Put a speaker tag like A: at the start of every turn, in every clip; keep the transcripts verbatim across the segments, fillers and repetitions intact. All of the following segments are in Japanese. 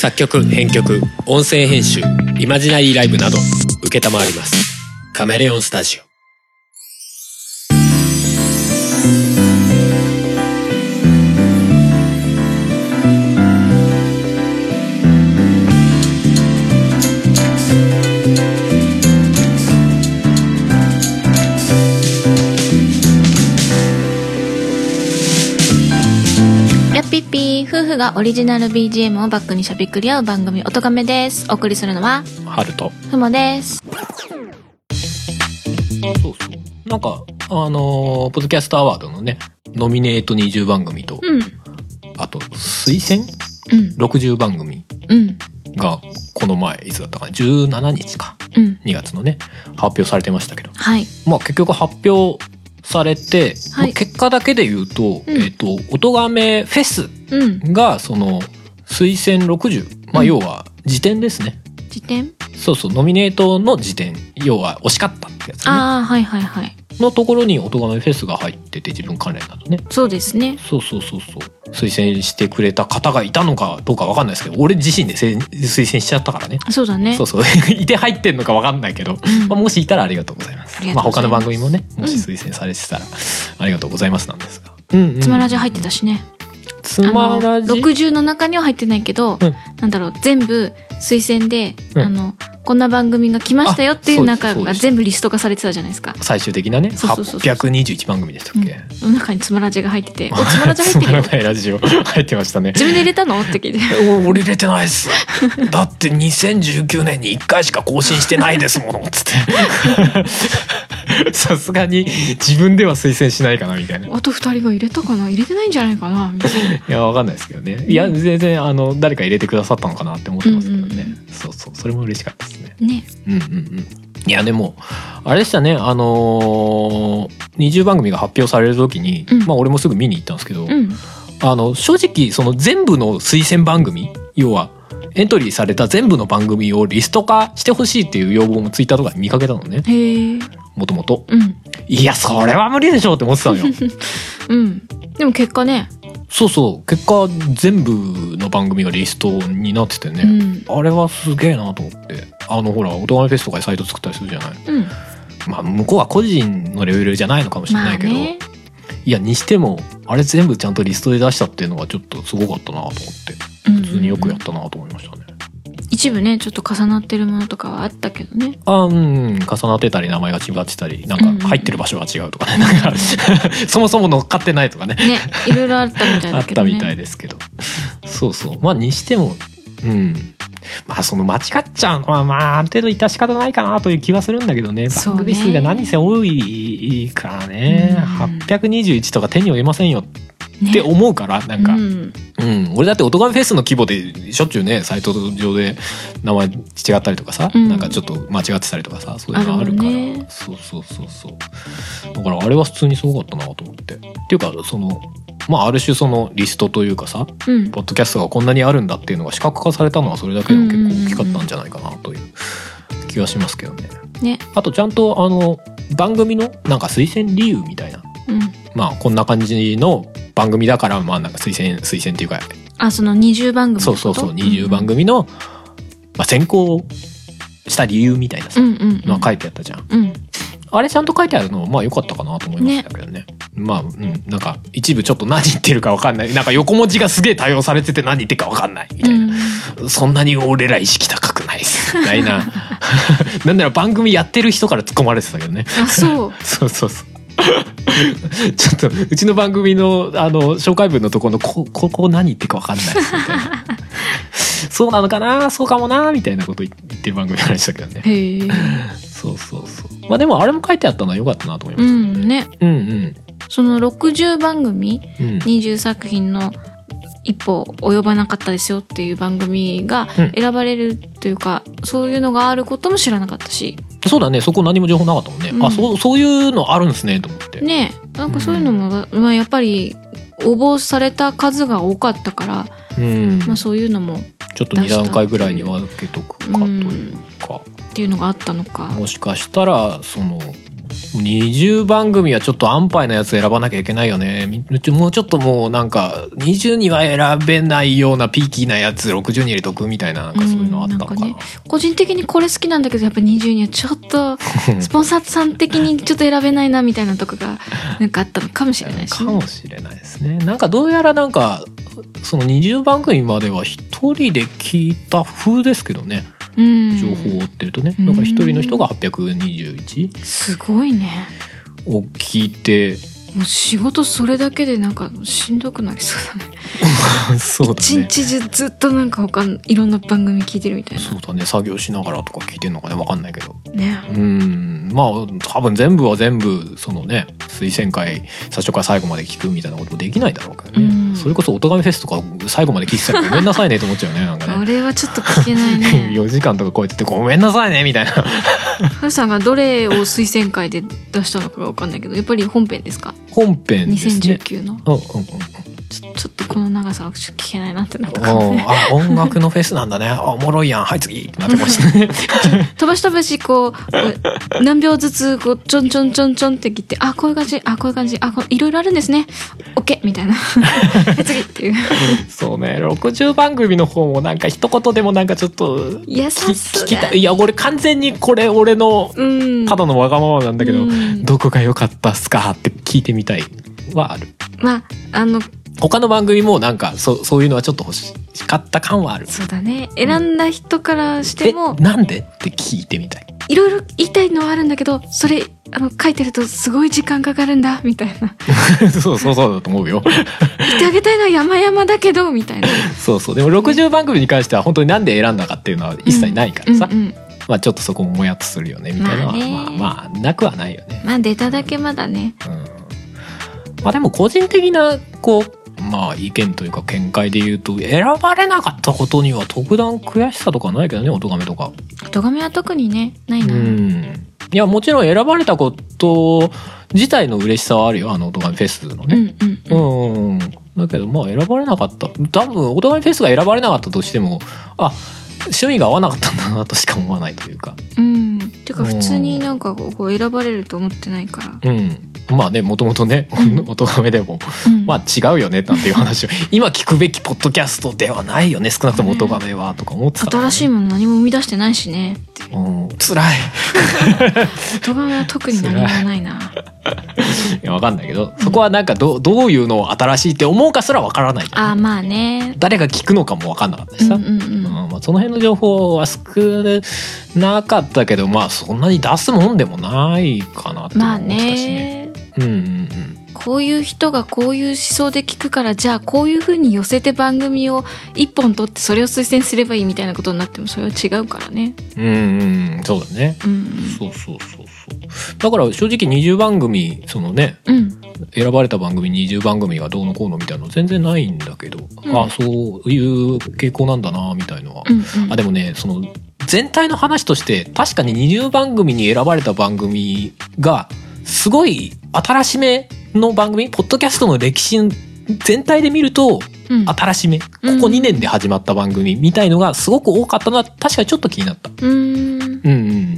A: 作曲編曲音声編集イマジナリーライブなど承ります。カメレオンスタジオ。
B: ピッピー夫婦がオリジナル ビージーエム をバックにしゃべくり合う番組音亀です。お送りするのは
A: ハルと
B: ふもです。
A: そうそうなんかあのー、ポッドキャストアワードのねノミネートにじゅうばん組と、
B: うん、
A: あと推薦、うん、ろくじゅうばん組がこの前いつだったかなじゅうしちにちか、うん、にがつのね発表されてましたけど、はい、まあ結局発表されて、はい、結果だけで言うと、うん、えっと、音亀フェスが、その、推薦ろくじゅう、まあ、要は、時点ですね。
B: 時点？
A: そうそう、ノミネートの時点、要は、惜しかったってやつね。
B: ああ、はいはいはい。
A: のところに音亀フェスが入ってて、自分関連だとね。
B: そうですね。
A: そうそうそうそう。推薦してくれた方がいたのかどうかわかんないですけど、俺自身で推薦しちゃったからね。
B: そうだね。
A: そうそう。いて入ってんのかわかんないけど、うん、まあ、もしいたらありがとうございます。まあ他の番組もね、もし推薦されてたら、ありがとうございますなんですが。
B: うんうん、つまらじ入ってたしね。
A: つまらじろ
B: くじゅうの中には入ってないけど、うん、なんだろう、全部推薦で、うん、あの、こんな番組が来ましたよっていう中が全部リスト化されてたじゃないですか。
A: 最終的なね、はっぴゃくにじゅういちばん組でしたっけ、
B: うん、の中につまらじが入ってて、お、つまらじ入ってるよ。
A: つまらないラジオ入ってましたね。
B: 自分で入れたのって聞いて。
A: 俺入れてないっす。だってにせんじゅうきゅうねんにいっかいしか更新してないですもの、つって。さすがに自分では推薦しないかなみたいな。
B: あとふたりが入れたかな、入れてないんじゃないかなみたいな。い
A: や、わかんないですけどね。いや、全然あの誰か入れてくださったのかなって思ってますけどね。うんうん、そうそう、それも嬉しかったですね。
B: ね。
A: うんうんうん。いやでもあれでしたね、あのー、にじゅうばん組が発表される時に、うん、まあ俺もすぐ見に行ったんですけど、うん、あの正直その全部の推薦番組、要はエントリーされた全部の番組をリスト化してほしいっていう要望もツイッターとかで見かけたのね。へー。もともと。いやそれは無理でしょって思ってたのよ。
B: うん。でも結果ね。
A: そうそう、結果全部の番組がリストになっててね、うん、あれはすげえなと思って。あのほら音亀フェスとかでサイト作ったりするじゃない、うん、まあ向こうは個人のレベルじゃないのかもしれないけど、まあね、いやにしてもあれ全部ちゃんとリストで出したっていうのがちょっとすごかったなと思って、普通によくやったなと思いましたね。
B: 一部ねちょっと重なってるものとかはあったけどね。
A: あ、うん、重なってたり名前が違ってたり、なんか入ってる場所が違うとかね、なんかそもそも乗っかってないとかね。
B: ね、いろいろあったみたいだけどね。
A: あったみたいですけど。そうそう。まあにしても、うん。まあその間違っちゃうのはまあある程度致し方ないかなという気はするんだけどね。番組数が何せ多いからね。はっぴゃくにじゅういちとか手に負えませんよって思うから、ね、なんか、うん、うん、俺だって音亀フェスの規模でしょっちゅうねサイト上で名前違ったりとかさ、うん、なんかちょっと間違ってたりとかさ、そういうのあるから、ね、そうそうそうそうだからあれは普通にすごかったなと思って。っていうかそのまあある種そのリストというかさ、うん、ポッドキャストがこんなにあるんだっていうのが視覚化されたのはそれだけでも結構大きかったんじゃないかなという気がしますけどね。ね、あとちゃんとあの番組のなんか推薦理由みたいな、うん、まあこんな感じの番組だからまあなんか推薦推薦っていうか、
B: あそのにじゅうばん組のこと、
A: そうそうそうにじゅうばん組の、まあ、選考した理由みたいなさ、うんうんうん、のが書いてあったじゃん、うん、あれちゃんと書いてあるのまあ良かったかなと思いましたけどね。ね、まあ、うん、なんか一部ちょっと何言ってるか分かんない、なんか横文字がすげえ多用されてて何言ってるか分かんないみたいな、うん、そんなに俺ら意識高くないですみたいななんだろう番組やってる人から突っ込まれてたけどね。
B: あそう
A: そうそうそうちょっとうちの番組のあの紹介文のところのこここ何言ってるか分かんないですみたいなそうなのかなそうかもなみたいなこと言ってる番組ありましたけどね。へえ。そうそうそう。まあでもあれも書いてあったのは良かったなと思いますね。うんね。うんうん。
B: そのろくじゅうばん組、うん、にじゅうさく品の一歩及ばなかったですよっていう番組が選ばれるというか、うん、そういうのがあることも知らなかったし。
A: そうだね、そこ何も情報なかったもんね、うん、あ そ, そういうのあるんですねと思って
B: ね。なんかそういうのも、うん、まあ、やっぱり応募された数が多かったから、うんまあ、そういうのも
A: ちょっとに段階ぐらいに分けとくかというか、
B: うん、っていうのがあったのか。
A: もしかしたらそのにじゅうばん組はちょっと安牌なやつ選ばなきゃいけないよね。もうちょっともうなんかにじゅうには選べないようなピーキーなやつろくじゅうに入れとくみたいな、なんかそういうのあったのかな。うん、なんかね、
B: 個人的にこれ好きなんだけどやっぱにじゅうにはちょっとスポンサーさん的にちょっと選べないなみたいなとこがなんかあったのかもしれないし、ね、
A: かもしれないですね。なんかどうやらなんかそのにじゅうばん組までは一人で聞いた風ですけどね。情報を追ってるとね、だから一人の人がはっぴゃくにじゅういち、
B: すごいね、
A: を聞いて、
B: もう仕事それだけでなんかしんどくなりそうだね。
A: そうだね。
B: 一日中ずっとなんか他のいろんな番組聞いてるみたいな。
A: そうだね。作業しながらとか聞いてんのかね、わかんないけど。
B: ね。
A: うん。まあ多分全部は全部そのね、推薦会最初から最後まで聞くみたいなことできないだろうけどね。うん、それこそおとがめフェスとか最後まで聞いてたらごめんなさいねと思っちゃうね、なんかね。
B: あれはちょっと聞けないね。
A: よじかんとかこうやっててごめんなさいねみたいな。
B: ハルさんがどれを推薦会で出したのかわかんないけど、やっぱり本編ですか？
A: 本編ですね。
B: にせんじゅうきゅうの。
A: うんうんうん。
B: ちょ、ちょっとこの長さはちょっと聞けないなってなったからね。
A: あ、音楽のフェスなんだね。あ、おもろいやん。はい、次ってなってましたね。
B: 飛ばし飛ばし、こう、何秒ずつ、こう、ちょんちょんちょんちょんって切って、あ、こういう感じ、あ、こういう感じ、あ、いろいろあるんですね。オッケーみたいな。次っていう。
A: そうね。ろくじゅうばん組の方もなんか一言でもなんかちょっと。
B: いや、さす
A: が。聞きたい。いや、俺完全にこれ俺の、ただのわがままなんだけど、どこが良かったっすかって聞いてみたいはある。
B: まあ、あの、
A: 他の番組もなんかそそういうのはちょっと欲しかった感はある。
B: そうだね。選んだ人からしても、
A: うん、えなんでって聞いてみたい。
B: いろいろ言いたいのはあるんだけど、それあの書いてるとすごい時間かかるんだみたいな。
A: そうそうそうだと思うよ。
B: 言ってあげたいのは山々だけどみたいな。
A: そうそう。でもろくじゅうばん組に関しては本当になんで選んだかっていうのは一切ないからさ。うんうんうん、まあちょっとそこももやっとするよねみたいなのは、まあ、まあまあなくはないよね。
B: まあ出ただけまだね。
A: うん。まあでも個人的なこう。まあ意見というか見解で言うと選ばれなかったことには特段悔しさとかないけどね、おとがめとか。
B: おとがめは特にねないな。うん。
A: いやもちろん選ばれたこと自体の嬉しさはあるよ、あのおとがめフェスのね。うんうん、うん、うん。だけどまあ選ばれなかった。多分おとがめフェスが選ばれなかったとしても、あ、趣味が合わなかったんだなとしか思わないというか。うん。
B: てか普通になんかこう選ばれると思ってないから。
A: うん。まあね、もともとね、おとがめでも、うん、まあ違うよねなんていう話を、今聞くべきポッドキャストではないよね、少なくともおとがめはとか思ってた、ね、
B: 新しいもの何も生み出してないしねって。
A: うん、辛い。
B: おとがめは特に何もないな。
A: いや、わかんないけど、そこはなんかど、どういうのを新しいって思うかすらわからない、ね。
B: ああ、まあね。
A: 誰が聞くのかもわかんなかったしさ。うんうんうんうん、まあ、その辺の情報は少なかったけど、まあそんなに出すもんでもないかなって思ってたしね。まあね。うんうんうん、
B: こういう人がこういう思想で聞くからじゃあこういう風に寄せて番組を一本取ってそれを推薦すればいいみたいなことになってもそれは違うからね。
A: うんうんそうだね、うん、そうそうそうそうだから正直にじゅうばん組そのね、うん、選ばれた番組にじゅうばん組がどうのこうのみたいなの全然ないんだけど、うん、あそういう傾向なんだなみたいのは、うんうん、あでもねその全体の話として確かににじゅうばん組に選ばれた番組がすごい新しめの番組、ポッドキャストの歴史全体で見ると、うん、新しめ、ここにねんで始まった番組みたいのがすごく多かったのは確かにちょっと気になった。うーん。うんうん。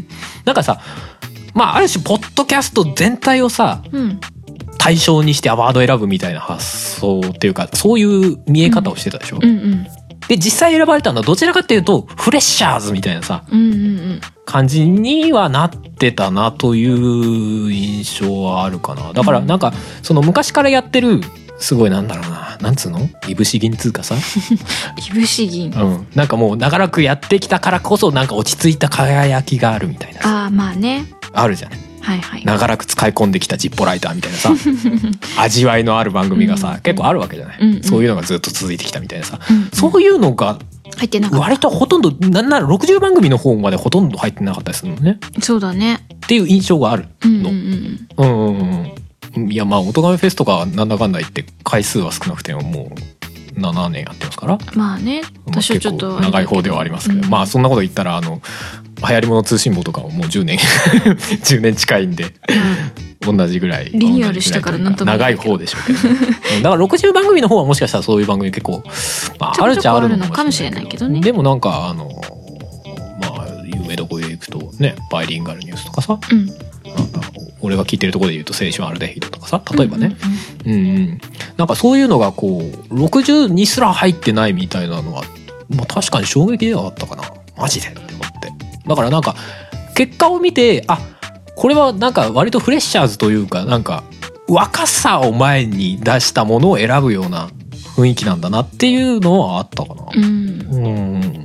A: なんかさ、まあある種ポッドキャスト全体をさ、うん、対象にしてアワード選ぶみたいな発想っていうか、そういう見え方をしてたでしょ。うんうんうんで、実際選ばれたのはどちらかっていうと、フレッシャーズみたいなさ、うんうんうん、感じにはなってたなという印象はあるかな。だからなんか、その昔からやってる、すごいなんだろうな、なんつうのいぶし銀つうかさ。
B: いぶし銀
A: うん。なんかもう長らくやってきたからこそ、なんか落ち着いた輝きがあるみたいな。
B: ああ、まあね。
A: あるじゃない。
B: はいはい、
A: 長らく使い込んできたジッポライターみたいなさ味わいのある番組がさ、うん、結構あるわけじゃない、うんうん、そういうのがずっと続いてきたみたいなさ、うんうん、そういうのが
B: 入ってなかった
A: 割とほとんどなんならろくじゅうばん組の方までほとんど入ってなかったりするのね。
B: そうだね
A: っていう印象があるの。うんうんうん、うんうん、いやまあおとがめフェスとかなんだかんだ言って回数は少なくてももうななねんやってますから
B: まあね多少ちょっと
A: 長い方ではありますけど、うん、まあそんなこと言ったらあの流行り物通信簿とかももうじゅうねんじゅうねん近いんで、うん、同じぐらい
B: リニューアルしたからなんとも
A: 長い方でしょうけど、ね、だからろくじゅうばん組の方はもしかしたらそういう番組結構、まあ、あるっちゃあるのかもしれないけどね。でもなんかあのまあ有名どこへ行くとねバイリンガルニュースとかさ、うん、なんか俺が聞いてるところで言うと青春アルデヒドとかさ、例えばね、うんうん、うんうん、なんかそういうのがこうろくじゅうにすら入ってないみたいなのは、まあ、確かに衝撃ではあったかな、マジでって思って。だからなんか結果を見て、あ、これはなんか割とフレッシャーズというか、なんか若さを前に出したものを選ぶような雰囲気なんだなっていうのはあったかな。うん、うん、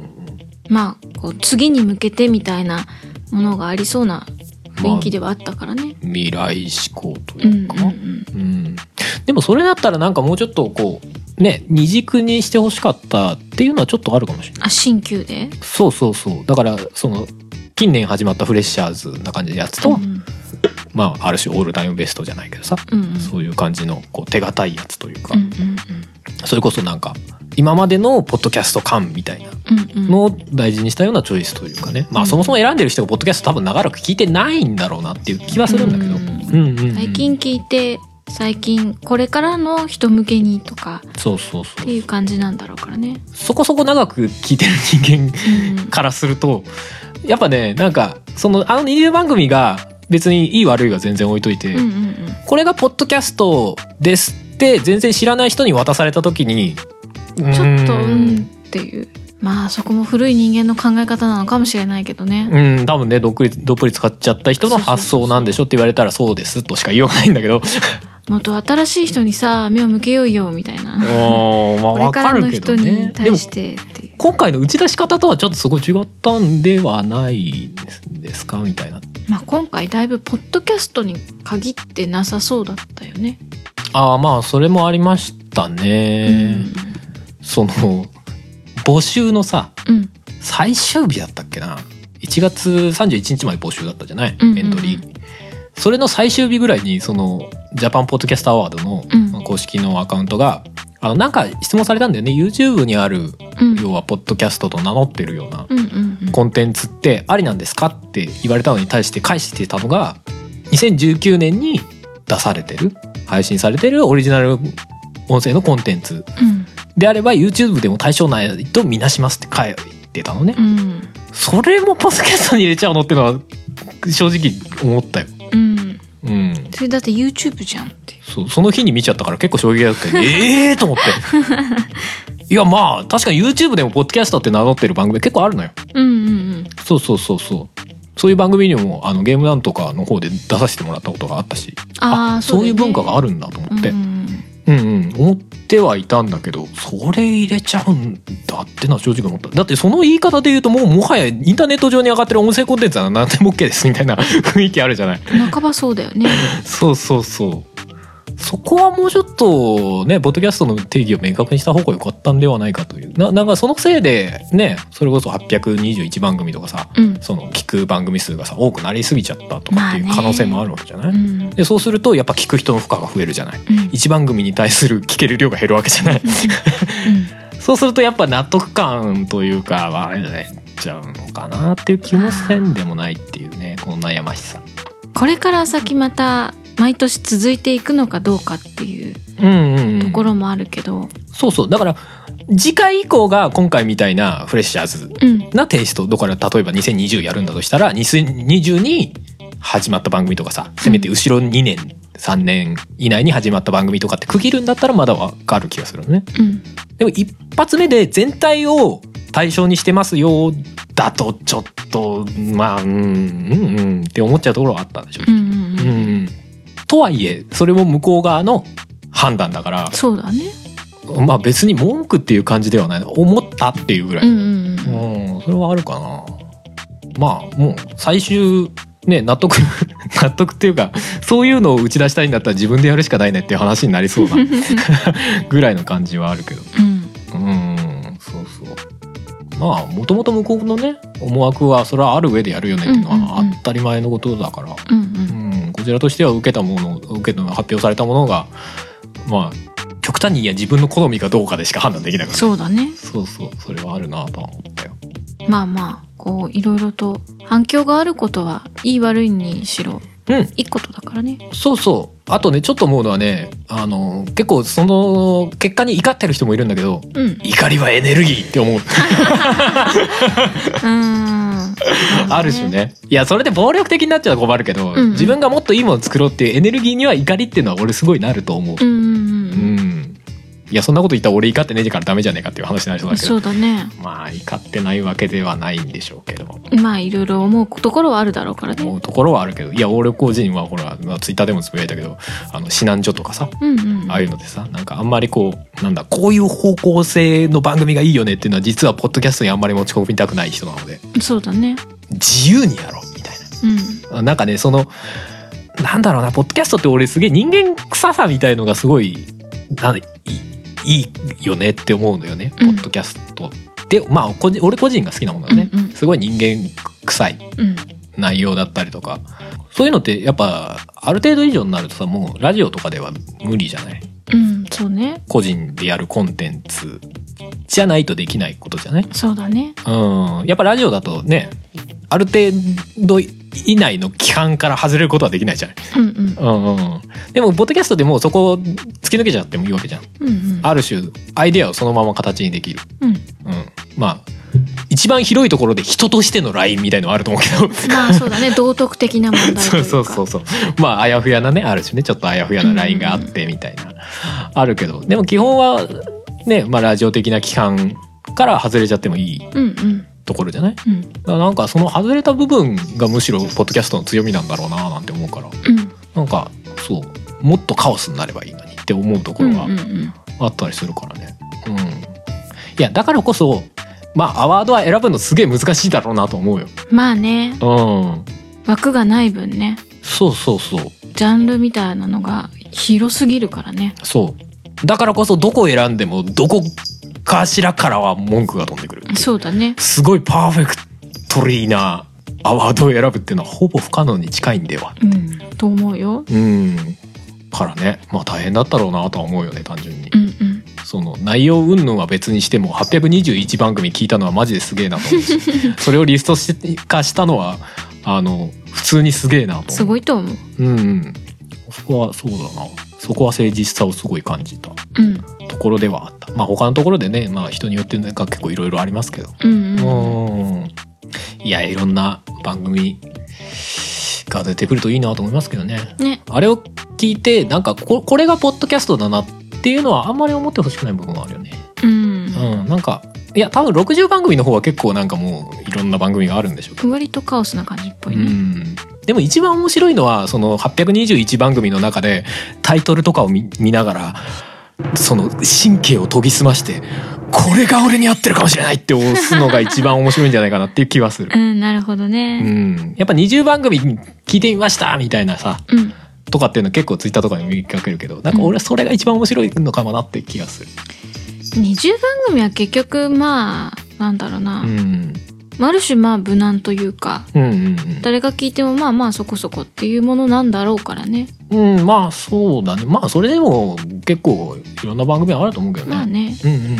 B: まあこう次に向けてみたいなものがありそうな雰囲気ではあったからね、まあ、
A: 未来志向というか、うんうんうんうん、でもそれだったらなんかもうちょっとこうね、二軸にしてほしかったっていうのはちょっとあるかもしれない。
B: あ、新旧で？
A: そうそうそう。だからその近年始まったフレッシャーズな感じのやつと、うん、まあある種オールタイムベストじゃないけどさ、うんうん、そういう感じのこう手堅いやつというか、うんうんうん、それこそなんか今までのポッドキャスト感みたいなのを大事にしたようなチョイスというかね、まあそもそも選んでる人がポッドキャスト多分長らく聞いてないんだろうなっていう気はするんだけど、うんうんうん、
B: 最近聞いて最近これからの人向けにとか
A: そうそうそう
B: っていう感じなんだろうからね。
A: そこそこ長く聞いてる人間からすると、うん、やっぱね、なんかそのあの二流番組が別にいい悪いは全然置いといて、うんうんうん、これがポッドキャストですって全然知らない人に渡された時にち
B: ょっとうんっていう、まあそこも古い人間の考え方なのかもしれないけどね。うん、
A: 多分ね、どっぷりどっぷり使っちゃった人の発想なんでしょって言われたらそうですとしか言いようがないんだけど。
B: もっと新しい人にさ目を向けようよみたいな。
A: おー、まあ、
B: これからの人に対してっていう。
A: 今回の打ち出し方とはちょっとすごい違ったんではないですかみたいな。
B: まあ今回だいぶポッドキャストに限ってなさそうだったよね。
A: ああ、まあそれもありましたね。うん、その募集のさ、うん、最終日だったっけな、いちがつさんじゅういちにちまで募集だったじゃない、うんうんうん、エントリー。それの最終日ぐらいにそのジャパンポッドキャストアワードの公式のアカウントが、うん、あのなんか質問されたんだよね。 YouTube にある、うん、要はポッドキャストと名乗ってるようなコンテンツってありなんですかって言われたのに対して返してたのが、にせんじゅうきゅうねんに出されてる配信されてるオリジナル音声のコンテンツ、うん、であれば YouTube でも対象内とみなしますって書いてたのね、うん、それもポッドキャストに入れちゃうのってのは正直思ったよ。うんうん、
B: それだって YouTube じゃんって。
A: そう、その日に見ちゃったから結構衝撃だったけどええーと思っていやまあ確かに YouTube でもポッドキャストって名乗ってる番組結構あるのよ。うんうんうん。そうそうそうそう。そういう番組にもあのゲームなんとかの方で出させてもらったことがあったし、ああ、そういう文化があるんだと思って、うんうん、うんうん思ってはいたんだけど、それ入れちゃうんだってのは正直思った。だってその言い方で言うともうもはやインターネット上に上がってる音声コンテンツは何でも OK ですみたいな雰囲気あるじゃない。
B: 半ばそうだよね
A: そうそうそう。そこはもうちょっとね、ポッドキャストの定義を明確にした方が良かったんではないかという。な、なんかそのせいでね、それこそはっぴゃくにじゅういちばんぐみとかさ、うん、その聞く番組数がさ多くなりすぎちゃったとかっていう可能性もあるわけじゃない、まあね、うん、でそうするとやっぱ聞く人の負荷が増えるじゃない、うん、いちばんぐみに対する聞ける量が減るわけじゃない、うん、そうするとやっぱ納得感というかは減っちゃうのかなっていう気もせんでもないっていうね、この悩ましさ。
B: これから先また毎年続いていくのかどうかっていうところもあるけど、うんうんうん、
A: そうそう。だから次回以降が今回みたいなフレッシャーズなテイスト、うん、だから例えばにせんにじゅうやるんだとしたらにせんにじゅうに始まった番組とかさ、せめて後ろにねんさんねん以内に始まった番組とかって区切るんだったらまだわかる気がするね、うん、でも一発目で全体を対象にしてますよだとちょっとまあうんうんうんって思っちゃうところはあったんでしょう、うんうんうん、とはいえそれも向こう側の判断だから、
B: そうだね、
A: まあ別に文句っていう感じではない、思ったっていうぐらい、うんうんうんうん、それはあるかな。まあもう最終ね、納得納得っていうかそういうのを打ち出したいんだったら自分でやるしかないねっていう話になりそうなぐらいの感じはあるけど、うん、うんそうそう。まあもともと向こうのね思惑はそれはある上でやるよねっていうのは当たり前のことだから、うんうんうん、こちらとしては受けたもの受けた発表されたものがまあ極端にいや自分の好みかどうかでしか判断できないから、ね、
B: そうだね。
A: そうそうそれはあるなとは思ったよ。
B: まあまあこういろいろと反響があることはいい悪いにしろ、うん、いいことだからね。そうそう。
A: あとねちょっと思うのはね、あの結構その結果に怒ってる人もいるんだけど、うん、怒りはエネルギーって思う。うんある種ね。いやそれで暴力的になっちゃうと困るけど、
B: うんうん、
A: 自分がもっといいものを作ろうっていうエネルギーには怒りっていうのは俺すごいなると思う。
B: うんうんうん、
A: うんいやそんなこと言ったら俺怒ってねえからダメじゃねえかっていう話になりそうだけど、
B: そうだね。ま
A: あ怒ってないわけではないんでしょうけど、
B: まあいろいろ思うところはあるだろうからね。
A: 思うところはあるけど、いや俺個人はほら、まあ、ツイッターでもつぶやいたけど、あの指南所とかさ、
B: うんうんうん、
A: ああいうのでさ、なんかあんまりこうなんだこういう方向性の番組がいいよねっていうのは実はポッドキャストにあんまり持ち込みたくない人なので、
B: そうだね、
A: 自由にやろうみたいな、うん、なんかねそのなんだろうな、ポッドキャストって俺すげえ人間臭さみたいのがすごいなんいいいよねって思うのよね、うん、ポッドキャストで、まあ個人俺個人が好きなものだよね、うんうん、すごい人間臭い内容だったりとか、うん、そういうのってやっぱある程度以上になるとさ、もうラジオとかでは無理じゃない、
B: うん、そうね、
A: 個人でやるコンテンツじゃないとできないことじゃない。
B: そうだね、
A: うん、やっぱラジオだとねある程度以内の期間から外れることはできないじゃない、うんうんうんうん、でもポッドキャストでもうそこを突き抜けちゃってもいいわけじゃん、うんうん、ある種アイデアをそのまま形にできる、うんうん、まあ一番広いところで人としてのラインみたいのはあると思うけど
B: まあそうだね、道徳的な問題というか
A: そうそうそうそうまああやふやなね、ある種ねちょっとあやふやなラインがあってみたいな、うんうんうん、あるけどでも基本はね、まあラジオ的な期間から外れちゃってもいい、うんうんところじゃない、うん、だからなんかその外れた部分がむしろポッドキャストの強みなんだろうななんて思うから、うん、なんかそうもっとカオスになればいいのにって思うところがあったりするからね、うんうんうん、いやだからこそまあアワードは選ぶのすげえ難しいだろうなと思うよ。
B: まあね、うん、枠がない分ね、
A: そうそうそう
B: ジャンルみたいなのが広すぎるからね。
A: そうだからこそどこを選んでもどこかしらからは文句が飛んでくる。
B: そうだね。
A: すごいパーフェクトリーなアワードを選ぶっていうのはほぼ不可能に近いんでは。
B: うん。と思うよ。うん。
A: からね、まあ大変だったろうなとは思うよね、単純に。うんうん。その内容云々は別にしてもはっぴゃくにじゅういちばん組聞いたのはマジですげえなと思うし、それをリスト化したのはあの普通にすげえなと思う。
B: すごいと思う。
A: うんうん。そこはそうだな。そこは誠実さをすごい感じた。うん。ところではあった。まあ他のところでね、まあ人によってなんか結構いろいろありますけど、うんうん、うんいやいろんな番組が出てくるといいなと思いますけどね。ね、あれを聞いてなんか こ, これがポッドキャストだなっていうのはあんまり思ってほしくない部分があるよね。うん、うん、なんかいや多分ろくじゅうばん組の方は結構なんかもういろんな番組があるんでしょうけど、
B: 割とカオスな感じっぽいね。うん
A: でも一番面白いのはそのはっぴゃくにじゅういちばん組の中でタイトルとかを 見, 見ながらその神経を研ぎ澄ましてこれが俺に合ってるかもしれないって押すのが一番面白いんじゃないかなっていう気はする。
B: うん、なるほどね。
A: うん、やっぱにじゅうばん組聞いてみましたみたいなさ、うん、とかっていうの結構ツイッターとかで見かけるけど、なんか俺はそれが一番面白いのかもなって気がする。
B: うん、にじゅうばん組は結局まあなんだろうな。うん。ある種まあ無難というか、うんうんうん、誰が聞いてもまあまあそこそこっていうものなんだろうからね。
A: うんまあそうだね。まあそれでも結構いろんな番組はあると思うけどね。
B: まあね。うんうんうんうん。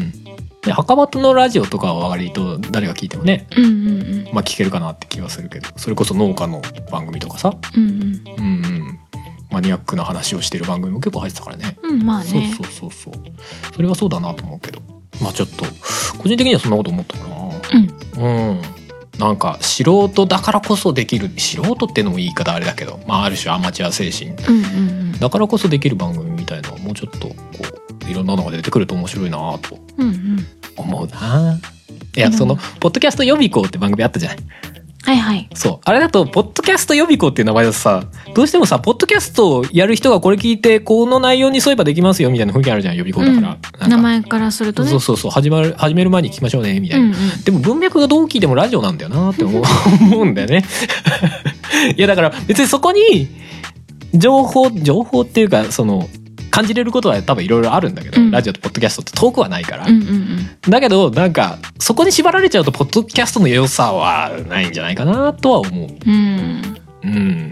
A: で墓場のラジオとかは割と誰が聞いてもね、うんうんうん、まあ聞けるかなって気はするけど、それこそ農家の番組とかさ、うんうん、うんうんマニアックな話をしてる番組も結構入ってたからね。
B: うんまあね。
A: そうそうそうそう。それはそうだなと思うけど、まあちょっと個人的にはそんなこと思ったかな。うん、うん、なんか素人だからこそできる、素人っていうのも言い方あれだけど、まあある種アマチュア精神、うんうんうん、だからこそできる番組みたいなのもうちょっとこういろんなのが出てくると面白いなと思うな、うんうん、いや、うん、そのポッドキャスト予備校って番組あったじゃない。
B: はいはい。
A: そう。あれだと、ポッドキャスト予備校っていう名前だとさ、どうしてもさ、ポッドキャストをやる人がこれ聞いて、この内容に沿えばできますよみたいな雰囲気あるじゃん、予備校だから。うん、なんか
B: 名前からするとね。
A: そうそうそう。始まる、始める前に聞きましょうね、みたいな。うんうん、でも文脈がどう聞いてもラジオなんだよなって思う、思うんだよね。いや、だから別にそこに、情報、情報っていうか、その、感じれることは多分いろいろあるんだけど、うん、ラジオとポッドキャストって遠くはないから、うんうんうん、だけどなんかそこに縛られちゃうとポッドキャストの良さはないんじゃないかなとは思う、うんうん、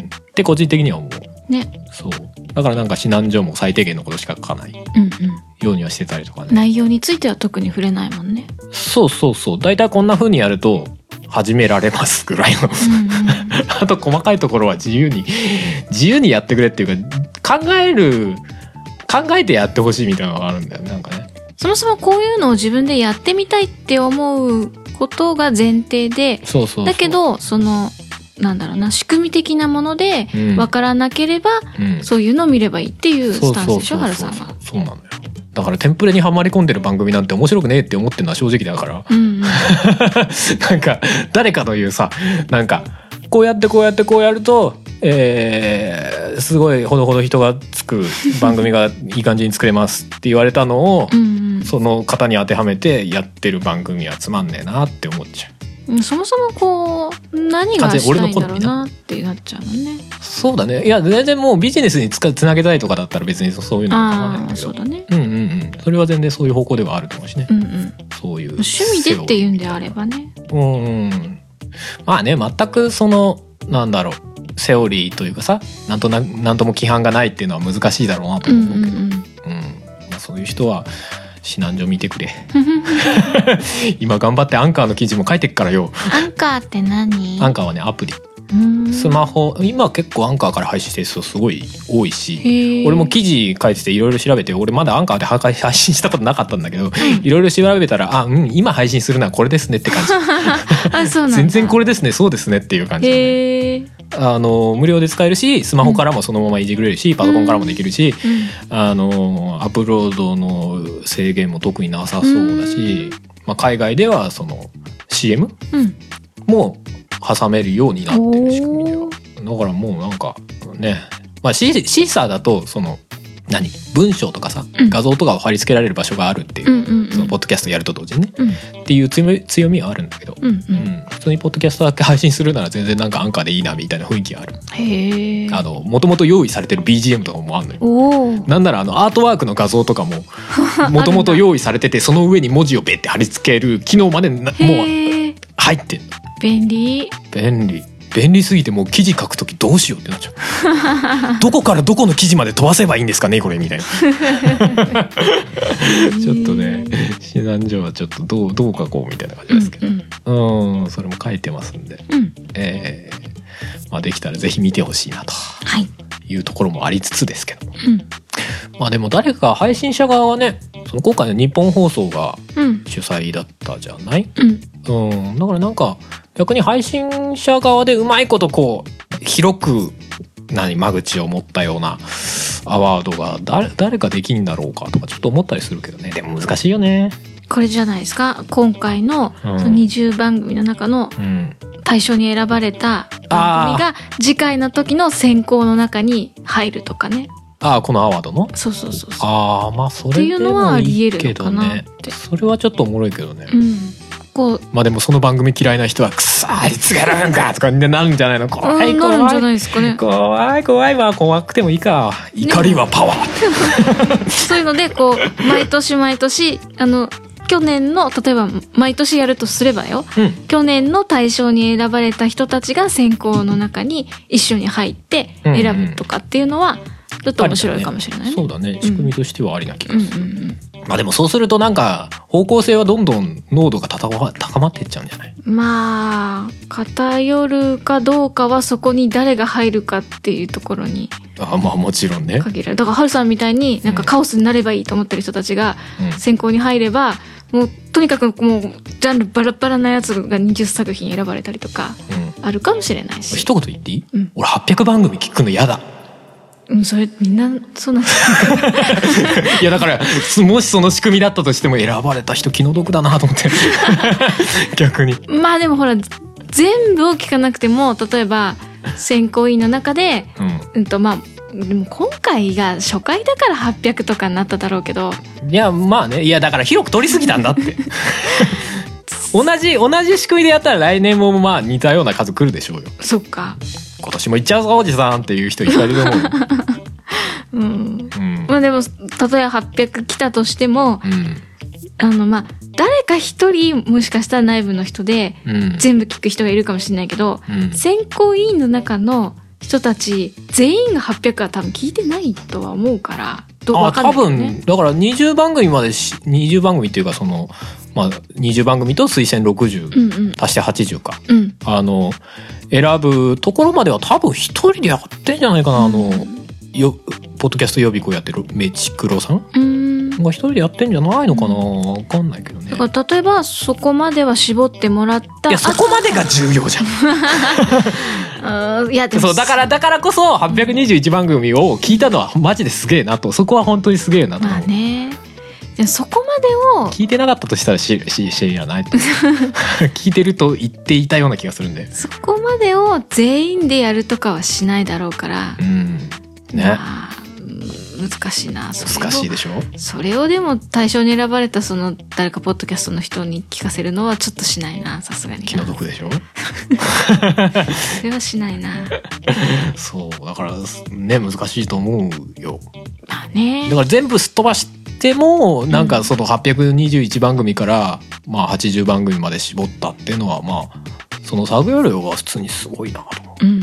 A: って個人的には思う、ね、そうだからなんか指南所も最低限のことしか書かない、うんうん、ようにはしてたりとかね。
B: 内容については特に触れないもんね。そう
A: そうそう、だいたいこんな風にやると始められますぐらいの、うんうん、あと細かいところは自由に自由にやってくれっていうか、考える考えてやってほしいみたいなのがあるんだよね、なんかね。
B: そもそもこういうのを自分でやってみたいって思うことが前提で、
A: そうそうそう。
B: だけどそのなんだろうな、仕組み的なもので分からなければ、うん、そういうのを見ればいいっていうスタンスでしょ、ハルさんは。
A: そうなんだよ。だからテンプレにはまり込んでる番組なんて面白くねえって思ってるのは正直だから、うんうん、なんか誰かというさ、なんかこうやってこうやってこうやると、えー、すごいほどほど人がつく番組がいい感じに作れますって言われたのをうん、うん、その方に当てはめてやってる番組はつまんねえなって思っちゃう。
B: そもそもこう何がしたいんだろうなってなっちゃうのね。
A: そうだね。いや全然もうビジネスにつかつなげたいとかだったら別にそういうのは構わないんだけど。
B: そうだね。
A: うんうんうん。それは全然そういう方向ではあると思うしね。うんうん。そういう
B: 趣味でっていうんであればね。
A: うんうん。まあね、全くそのなんだろうセオリーというかさ、なんとななんとも規範がないっていうのは難しいだろうなと思うけど。うんうんうん。うん。まあそういう人は。指南所見てくれ今頑張ってアンカーの記事も書いてっからよ。
B: アンカーって何？
A: アンカーはねアプリ、スマホ今結構アンカーから配信してる人すごい多いし、俺も記事書いてていろいろ調べて、俺まだアンカーで配信したことなかったんだけどいろいろ調べたら、あ、うん、今配信するのはこれですねって感じ
B: あ、そうなんだ。
A: 全然これですね、そうですねっていう感じ、ね、へー。あの無料で使えるし、スマホからもそのままいじくれるし、うん、パソコンからもできるし、うん、あのアップロードの制限も特になさそうだし、うん、まあ、海外ではその シーエム、うん、も挟めるようになってる仕組みでは、だからもうなんかね、まあ、シー、シーサーだとその何文章とかさ、うん、画像とかを貼り付けられる場所があるっていう、うんうんうん、そのポッドキャストやると同時にね、うん、っていう強み、強みはあるんだけど、うんうんうん、普通にポッドキャストだけ配信するなら全然なんかアンカーでいいなみたいな雰囲気がある。へー。あのもともと用意されてる ビージーエム とかもあるのよ。おー。なんならあのアートワークの画像とかももともと用意されててその上に文字をベッて貼り付ける機能までなもう入ってんの。
B: 便利。
A: 便利。便利すぎてもう記事書くときどうしようってなっちゃうどこからどこの記事まで飛ばせばいいんですかねこれみたいなちょっとね指南所はちょっとどうどう書こうみたいな感じですけど、うんうん、うんそれも書いてますんで、うんえーまあ、できたらぜひ見てほしいなというところもありつつですけども、うん、まあでも誰か配信者側はね、その今回の日本放送が主催だったじゃない、うんうん、だからなんか逆に配信者側でうまいことこう広く何間口を持ったようなアワードが 誰, 誰かできんだろうかとかちょっと思ったりするけどね。でも難しいよね。
B: これじゃないですか、今回 の,、うん、そのにじゅうばんぐみの中の対象に選ばれた番組が次回の時の選考の中に入るとかね。
A: ああ、このアワードの？
B: そうそうそうそう。
A: ああ、まあそれでもいいけどね。それはちょっとおもろいけどね。うん。こうまあでもその番組嫌いな人はくそあいつがやるんかとかなるんじゃないの。怖い怖い。なるんじゃないですかね。怖い怖いわ。怖くてもいいか。怒りはパワー。
B: そういうのでこう毎年毎年あの去年の例えば毎年やるとすればよ、うん、去年の大賞に選ばれた人たちが選考の中に一緒に入って選ぶとかっていうのは、うんうんちょっと面白いかもしれないね。
A: そうだね。仕組みとしてはありな気がする。うんうんうん、まあでもそうするとなんか方向性はどんどん濃度が高まっていっちゃうんじゃない？
B: まあ偏るかどうかはそこに誰が入るかっていうところに。
A: あまあもちろんね。
B: 限られる。だからハルさんみたいになんかカオスになればいいと思ってる人たちが選考に入れば、うん、もうとにかくもうジャンルバラバラなやつがにじゅっさく品選ばれたりとかあるかもしれないし。
A: うん、一言言っていい？うん、俺はっぴゃくばんぐみ聞くの嫌だ。
B: うん、それみんなそうなんじゃない
A: いやだからもしその仕組みだったとしても選ばれた人気の毒だなと思って逆に。
B: まあでもほら全部を聞かなくても例えば選考委員の中で、うん、うんとまあでも今回が初回だからはっぴゃくとかになっただろうけど。
A: いやまあね、いやだから広く取りすぎたんだって同じ同じ仕組みでやったら来年もまあ似たような数来るでしょうよ。
B: そっか。
A: 今年も行っちゃうぞおじさんっていう人いっぱいいると思う
B: うん、うん、まあでも例えばはっぴゃく来たとしても、うん、あのまあ誰か一人もしかしたら内部の人で全部聞く人がいるかもしれないけど、うん、選考委員の中の人たち全員がはっぴゃくは多分聞いてないとは思うからどう分かんないけどね。
A: あ多分だからにじゅうばんぐみまでにじゅうばんぐみっていうかそのまあにじゅうばんぐみと推薦ろくじゅう、うんうん、足してはちじゅうか、うん、あの選ぶところまでは多分一人でやってんじゃないかな、うん、あのよポッドキャスト予備校やってるメチクロさん、うんが一人でやってんじゃないのかな、わかんないけどね。
B: だから例えばそこまでは絞ってもらった。
A: いやそこまでが重要じゃん。いやでもそうだからだからこそはっぴゃくにじゅういちばん組を聞いたのはマジですげえなと、そこは本当にすげえなと思う。
B: まあね。そこまでを
A: 聞いてなかったとしたら知らない聞いてると言っていたような気がするんで、
B: そこまでを全員でやるとかはしないだろうから、
A: うんね、まあ、
B: 難しいな。
A: 難しいでしょ。
B: それをでも対象に選ばれたその誰かポッドキャストの人に聞かせるのはちょっとしないな、さすがに。
A: 気の毒でしょ。
B: それはしないな。
A: そうだからね、難しいと思うよ。
B: まあね。
A: だから全部すっ飛ばしてもなんかそのはっぴゃくにじゅういちばん組からまあはちじゅうばん組まで絞ったっていうのは、まあその作業量が普通にすごいなと思う。うんうんうん。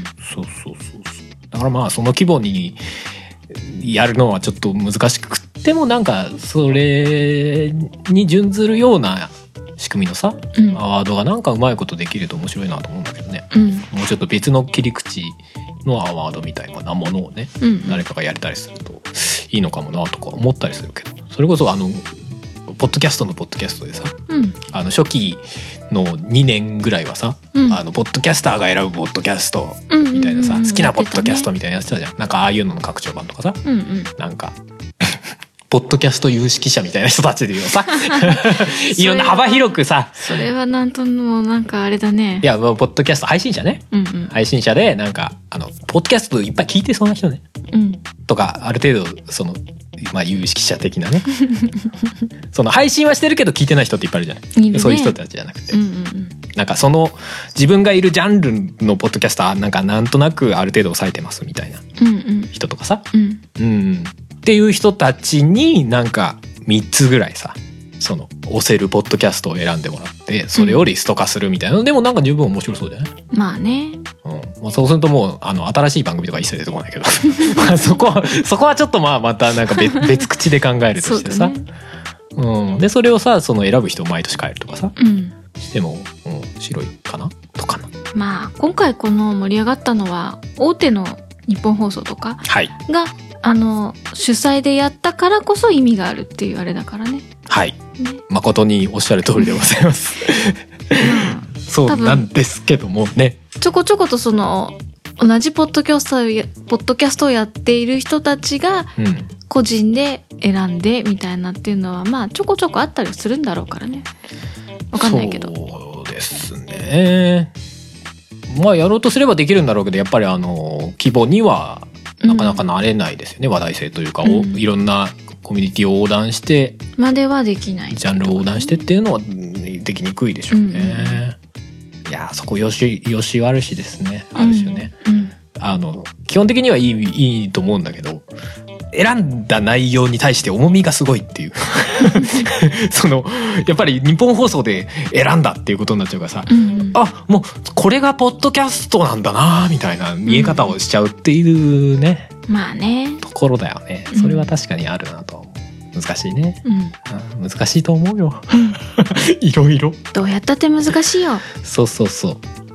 A: そうそうそうそう。だからまあその規模にやるのはちょっと難しくっても、なんかそれに準ずるような仕組みのさ、うん、アワードがなんかうまいことできると面白いなと思うんだけどね、うん、もうちょっと別の切り口のアワードみたいなものをね、うんうん、誰かがやれたりするといいのかもなとか思ったりするけど、それこそあのポッドキャストのポッドキャストでさ、うん、あの初期のにねんぐらいはさ、うん、あのポッドキャスターが選ぶポッドキャストみたいなさ、うんうんうん、好きなポッドキャストみたいなやつだじゃん、ね、なんかああいうのの拡張版とかさ、うんうん、なんかポッドキャスト有識者みたいな人たちでいうのさいろんな幅広くさ、
B: それはなんともなんかあれだね。
A: いやポッドキャスト配信者ね、うんうん、配信者でなんかあのポッドキャストいっぱい聞いてそうな人ね、うん、とかある程度そのまあ有識者的なねその配信はしてるけど聞いてない人っていっぱいいるじゃない、いいね、そういう人たちじゃなくて、うんうんうん、なんかその自分がいるジャンルのポッドキャスターなんかなんとなくある程度抑えてますみたいな人とかさ、うんうん、っていう人たちになんかみっつぐらいさ、その押せるポッドキャストを選んでもらってそれをリスト化するみたいなの、うん、でもなんか十分面白そうじゃない？
B: まあね、
A: うんまあ、そうするともうあの新しい番組とか一切出てこないけどまあそこはそこはちょっとまあまたなんか 別, 別口で考えるとしてさ、ね、うん、でそれをさその選ぶ人を毎年変えるとかさ、うん、しても面白いかなとかな。
B: まあ今回この盛り上がったのは大手の日本放送とかが、はい、あの主催でやったからこそ意味があるっていうあれだからね。はい、ね、誠におっしゃる通りでございますそうなんですけどもね、ちょこちょことその同じポッドキャストをやポッドキャストをやっている人たちが個人で選んでみたいなっていうのはまあちょこちょこあったりするんだろうからね。わかんないけど。
A: そうですね。まあやろうとすればできるんだろうけど、やっぱりあの規模にはなかなかなれないですよね、うん、話題性というか、うん、いろんなコミュニティを横断して
B: まではできない、
A: ジャンルを横断してっていうのはできにくいでしょうね、うん、いやそこよしよし悪しですね、ある種ね、うんうん、あの基本的にはいい、いいと思うんだけど、選んだ内容に対して重みがすごいっていうそのやっぱり日本放送で選んだっていうことになっちゃうからさ、うんうん、あもうこれがポッドキャストなんだなみたいな見え方をしちゃうっていうね、
B: うん、まあね
A: ところだよね。それは確かにあるなと思う。難しいね、うん、難しいと思うよいろいろ
B: どうやったって難しいよ。
A: そうそうそう、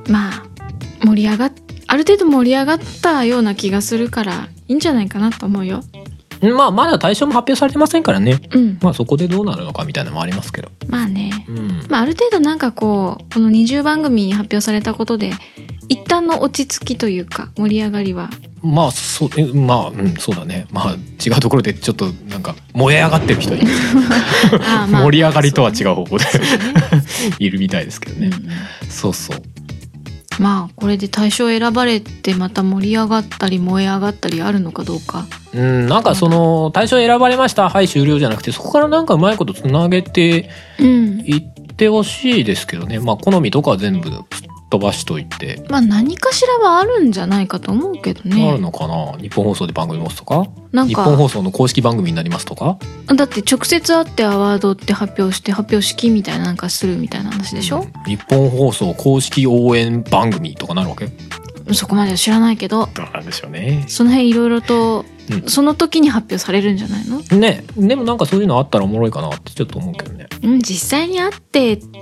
B: まあ盛り上がっある程度盛り上がったような気がするからいいんじゃないかなと思うよ。
A: まあまだ対象も発表されてませんからね、うん、まあそこでどうなるのかみたいなのもありますけど、
B: まあね、うん、まあある程度なんかこうこのにじゅうばん組に発表されたことで一旦の落ち着きというか盛り上がりは
A: まあそうえまあうんそうだね、まあ違うところでちょっとなんか燃え上がってる人いるあ、まあ、盛り上がりとは違う方向で、ね、いるみたいですけどね、うん、そうそう。
B: まあこれで大賞選ばれてまた盛り上がったり燃え上がったりあるのかどうか。
A: うんなんかその大賞選ばれましたはい終了じゃなくて、そこからなんかうまいことつなげていってほしいですけどね、うん、まあ好みとかは全部飛ばしといて、
B: まあ何かしらはあるんじゃないかと思うけどね。
A: あるのかな。日本放送で番組持つとか、なんか日本放送の公式番組になりますとか。
B: だって直接会ってアワードって発表して発表式みたいななんかするみたいな話でしょ、うん、日
A: 本放送公式応援番組とかなるわけ。
B: そこまでは知らないけど、
A: どうなんでしょうね。
B: その辺いろいろと、うん、その時に発表されるんじゃないのね。
A: でもなんかそういうのあったらおもろいかなってちょっと思うけどね。
B: うん、実際に会って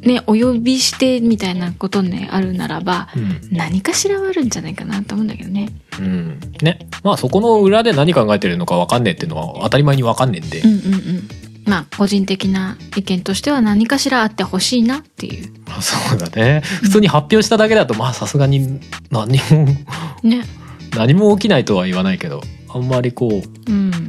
B: ね、お呼びしてみたいなことね、あるならば、うん、何かしらはあるんじゃないかなと思うんだけどね。
A: うん。ね。まあそこの裏で何考えてるのか分かんねえっていうのは当たり前に分かんねえんで。
B: うんうんうん。まあ個人的な意見としては何かしらあってほしいなっていう。
A: まあそうだね。普通に発表しただけだと、まあさすがに何も、ね。何も起きないとは言わないけど、あんまりこう、うん。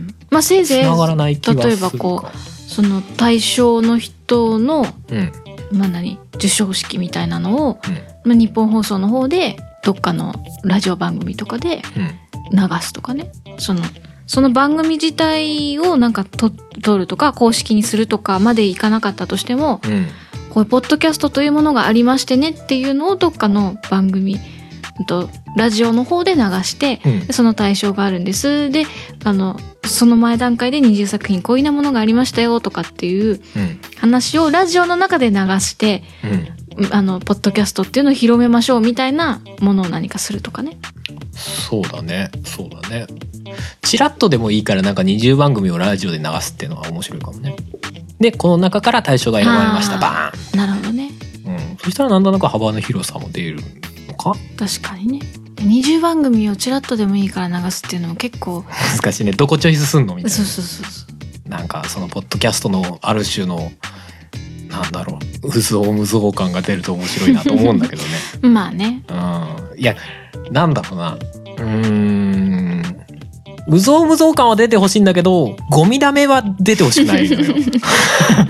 B: まあせいぜい、
A: 繋がらない気はするか。
B: 例えばこう、その対象の人の、うん、まあ何授賞式みたいなのを、うん、まあ、日本放送の方でどっかのラジオ番組とかで流すとかね、うん、そのその番組自体をなんかと撮るとか公式にするとかまでいかなかったとしても、うん、こういうポッドキャストというものがありましてねっていうのをどっかの番組とラジオの方で流して、うん、その対象があるんですで、あのその前段階でにじゅうさく品こういうなものがありましたよとかっていう話をラジオの中で流して、うん、あのポッドキャストっていうのを広めましょうみたいなものを何かするとかね。
A: そうだね、そうだね。チラッとでもいいからなんかにじゅうばん組をラジオで流すっていうのは面白いかもね。でこの中から対象が選ばれました。バーン。
B: なるほどね。
A: うん。そしたらなんだなんか幅の広さも出るのか。
B: 確かにね。にじゅうばん組をチラッとでもいいから流すっていうのも結構
A: 難しいね。どこチョイスすんのみたいな。
B: そうそうそうそう。
A: なんかそのポッドキャストのある種のなんだろう、うぞうむぞう感が出ると面白いなと思うんだけどね。
B: まあね。
A: うん。いや、なんだろうな。うーん。うぞうむぞう感は出てほしいんだけど、ゴミダメは出てほしくないのよ。
B: うん。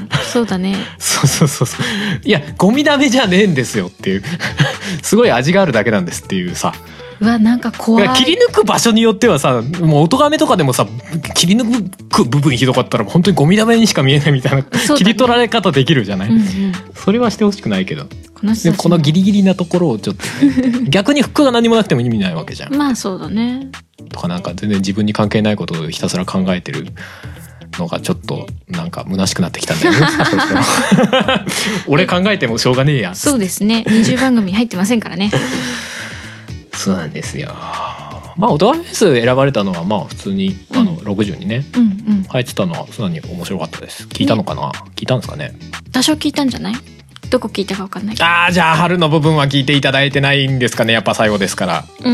B: そうだね。
A: そうそうそうそう。いや、ゴミダメじゃねえんですよっていう。すごい味があるだけなんですっていうさ。
B: うわ、なんか怖い。いや、
A: 切り抜く場所によってはさ、もう音がめとかでもさ、切り抜く部分ひどかったら本当にゴミダメにしか見えないみたいな、ね、切り取られ方できるじゃない、うんうん、それはしてほしくないけど、この, でこのギリギリなところをちょっと、ね、逆に服が何もなくても意味ないわけじゃん。
B: まあそうだね。
A: とかなんか全然自分に関係ないことをひたすら考えてるのがちょっとなんか虚しくなってきたんだよね。俺考えてもしょうがねえや。
B: そうですね。にじゅうばん組に入ってませんからね。
A: そうなんですよ。まあ音楽フェス選ばれたのはまあ普通に、うん、あのろくじゅうにね、うんうん、入ってたのはそんなに面白かったです。聞いたのかな、ね、聞いたんですかね。
B: 多少聞いたんじゃない？どこ聞いたか分かんないけど。
A: ああ、じゃあ春の部分は聞いていただいてないんですかね。やっぱ最後ですから。
B: うん、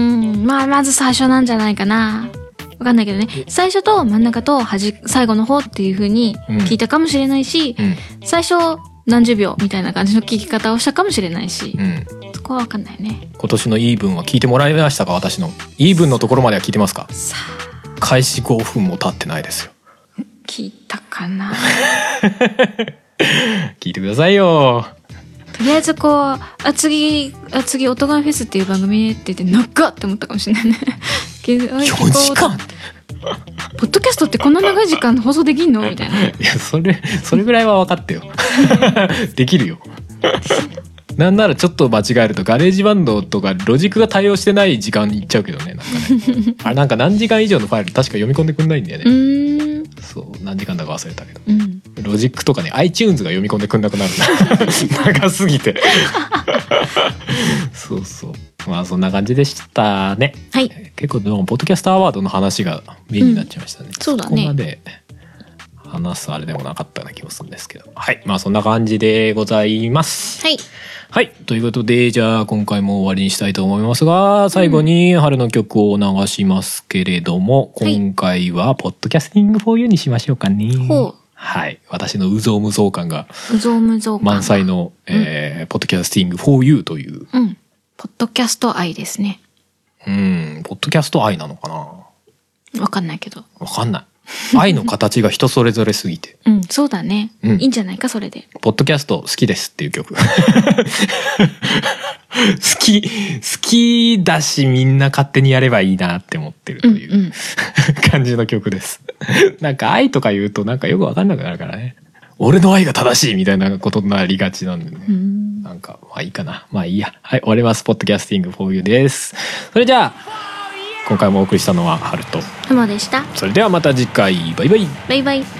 B: まあまず最初なんじゃないかな。分かんないけどね。最初と真ん中と端最後の方っていう風に聞いたかもしれないし、うん、最初何十秒みたいな感じの聞き方をしたかもしれないし、うん、そこは分かんないね。
A: 今年のイーブンは聞いてもらいましたか？私のイーブンのところまでは聞いてますか？さあ、開始ごふんも経ってないですよ。
B: 聞いたかな。
A: 聞いてくださいよ。
B: とりあえずこう、あ、次あ次音ガンフェスっていう番組って言って長っって思ったかもしれないね。
A: よじかん
B: ポッドキャストってこんな長い時間放送できんのみたいな。い
A: や、それそれぐらいは分かってよ。できるよ。なんならちょっと間違えるとガレージバンドとかロジックが対応してない時間にいっちゃうけどね。なんかね。あれなんか何時間以上のファイル確か読み込んでくんないんだよね。うーん、そう、何時間だか忘れたけど、うん、ロジックとかね iTunes が読み込んでくんなくなる長すぎて。そうそう、まあそんな感じでしたね。はい。結構でもポッドキャストアワードの話がメインになっちゃいましたね。うん、そうだね。そこまで話すあれでもなかったような気もするんですけど、はい、まあそんな感じでございます。はい。はい。ということで、じゃあ今回も終わりにしたいと思いますが、最後に春の曲を流しますけれども、うん、今回はポッドキャスティング フォーユー にしましょうかね。ほう。はい。私のうぞうむぞう感が
B: うぞうむぞう感
A: 満載の、えーうん、ポッドキャスティング フォーユー という。
B: うん。ポッドキャスト愛ですね。
A: うん。ポッドキャスト愛なのかな？
B: わかんないけど。
A: わかんない。愛の形が人それぞれすぎて。
B: うん、そうだね、うん。いいんじゃないか、それで。
A: ポッドキャスト好きですっていう曲。好き、好きだしみんな勝手にやればいいなって思ってるという、うんうん、感じの曲です。なんか愛とか言うとなんかよくわかんなくなるからね。俺の愛が正しいみたいなことになりがちなんでね。んなんか、まあいいかな。まあいいや。はい、終わります。ポッドキャスティング フォーユー です。それじゃあ、今回もお送りしたのはハルと
B: ふもでした。
A: それではまた次回、バイバイ。
B: バイバイ。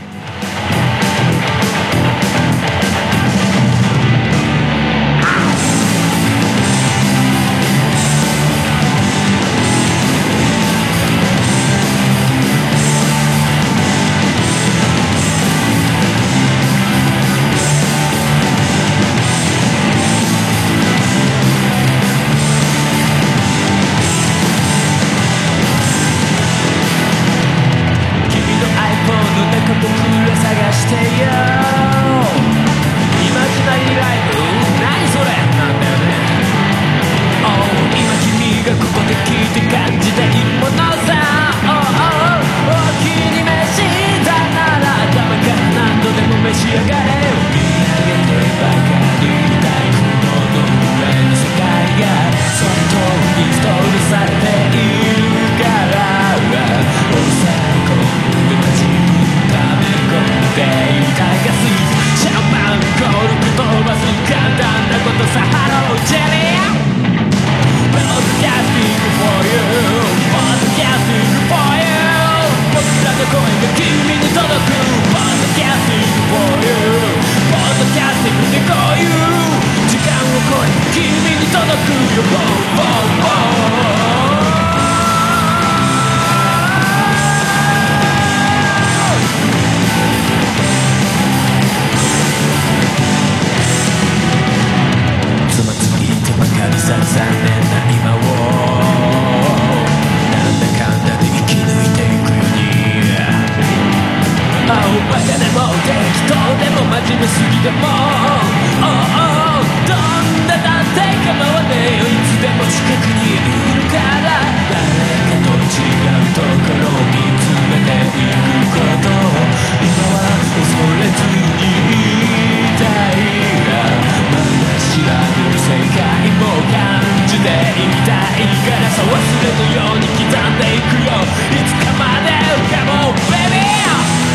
A: いからさ忘れのように刻んでいくよいつかまで浮かぼう Baby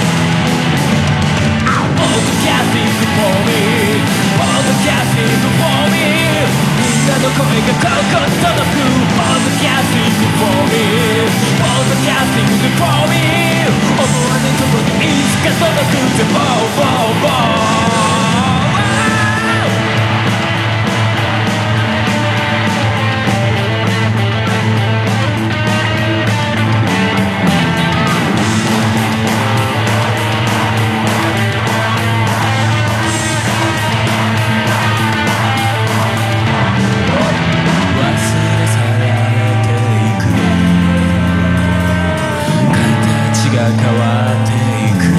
A: Podcasting for me Podcasting for me みんなの声がここに届く Podcasting for me Podcasting for me 思わぬとこにいつか届くぜ Bow bow bow変わっていく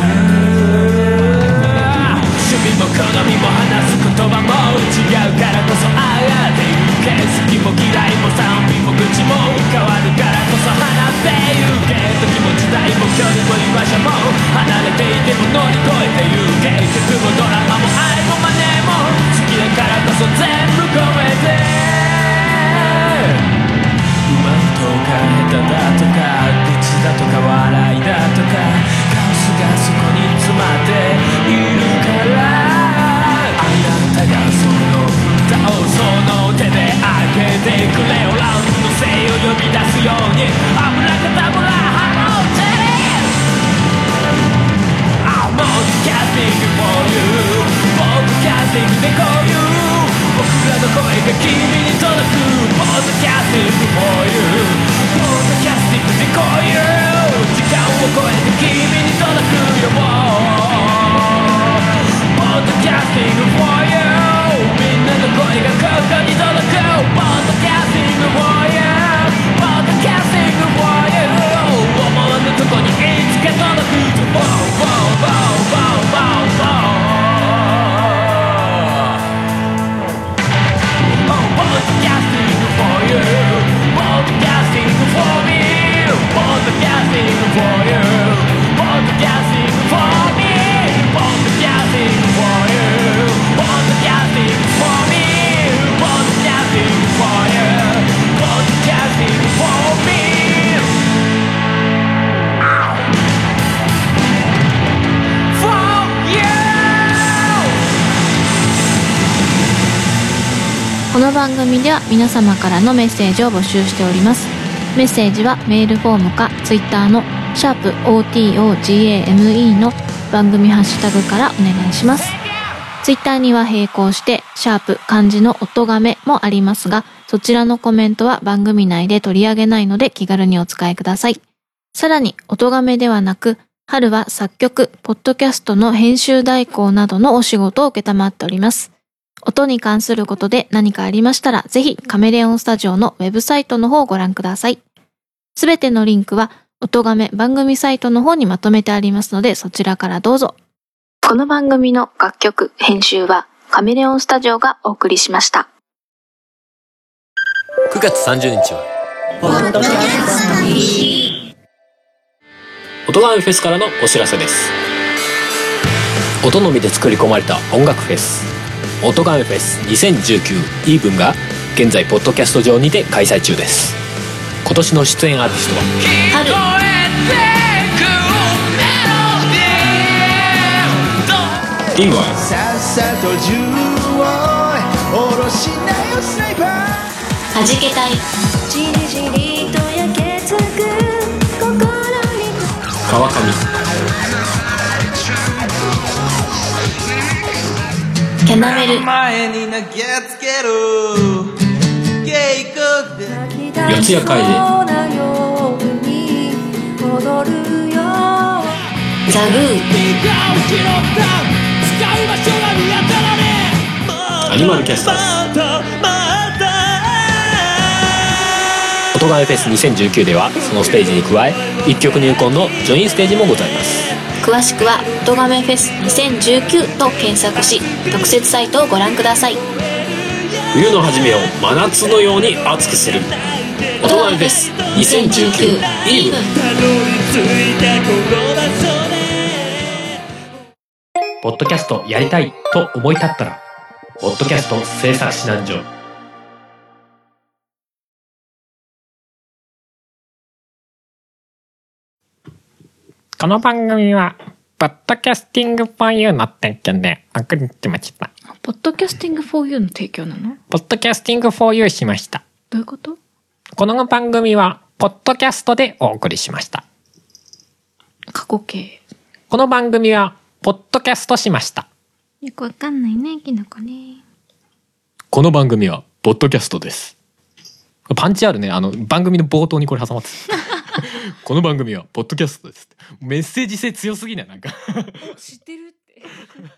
A: 趣味も好みも話す言葉も違うからこそああっていうけ好きも嫌いも賛美も愚痴も変わるからこそ放ってゆけ時も時代も距離も居場所も離れていても乗り越えてゆけ曲もドラマも愛もマネーも好きだからこそ全部込めてうまいとか下手だとか愚痴だとか笑いだとかカオスがそこに詰まっているからあなたがその蓋をその手で開けてくれよラウンドの精を呼び出すようにアブラカタブラハモーチェリー I'm podcasting for you Podcasting でこういう僕らの声が君に届く Podcasting for you Podcasting でこういう時間を超えて君に届くよ Podcasting for you みんなの声がここに届く Podcasting for you Podcasting for you 思わぬとこにいつか届く Bow bow bow bow bow bow Podcasting for you Podcasting for me Podcasting for you Podcasting for me Podcasting for you Podcasting for me Podcasting for you Podcasting for me For you
B: この番組では皆様からのメッセージを募集しております。メッセージはメールフォームかツイッターのシャープ オーティーオージーエーエムイー の番組ハッシュタグからお願いします。ツイッターには並行してシャープ漢字の音がめもありますが、そちらのコメントは番組内で取り上げないので気軽にお使いください。さらに音がめではなく、春は作曲、ポッドキャストの編集代行などのお仕事を承っております。音に関することで何かありましたら、ぜひカメレオンスタジオのウェブサイトの方をご覧ください。すべてのリンクは音がめ番組サイトの方にまとめてありますので、そちらからどうぞ。この番組の楽曲編集はカメレオンスタジオがお送りしました。
A: くがつさんじゅうにちはポッドキャストの日。音がめフェスからのお知らせです。音のみで作り込まれた音楽フェス音がめフェスにせんじゅうきゅうイーブンが現在ポッドキャスト上にて開催中です。今年の出演アーティストは
B: 春、
A: リンゴ、
B: はじけたい、
A: 川上、
B: キャナメル、
A: 四谷楓、
B: ザグー、
A: アニマルキャスターズ。音がめフェスにせんじゅうきゅうではそのステージに加え一曲入魂のジョインステージもございます。
B: 詳しくは音がめフェスにせんじゅうきゅうと検索し特設サイトをご覧ください。
A: 冬の初めを真夏のように熱くする音がめフェスにせんじゅうきゅうイーブン。ポッドキャストやりたいと思い立ったらポッドキャスト制作指南所この番組はポッドキャスティング フォーユー の提供で送ってました。
B: ポッドキャスティング フォーユー の提供なの？
A: ポッドキャスティング フォーユー しました。
B: どういうこと？
A: この番組はポッドキャストでお送りしました。
B: 過去形。
A: この番組はポッドキャストしました。
B: よくわかんないね、キノコね。
A: この番組はポッドキャストです。パンチあるね。あの番組の冒頭にこれ挟まってこの番組はポッドキャストです。メッセージ性強すぎない？なんか
B: 知ってるって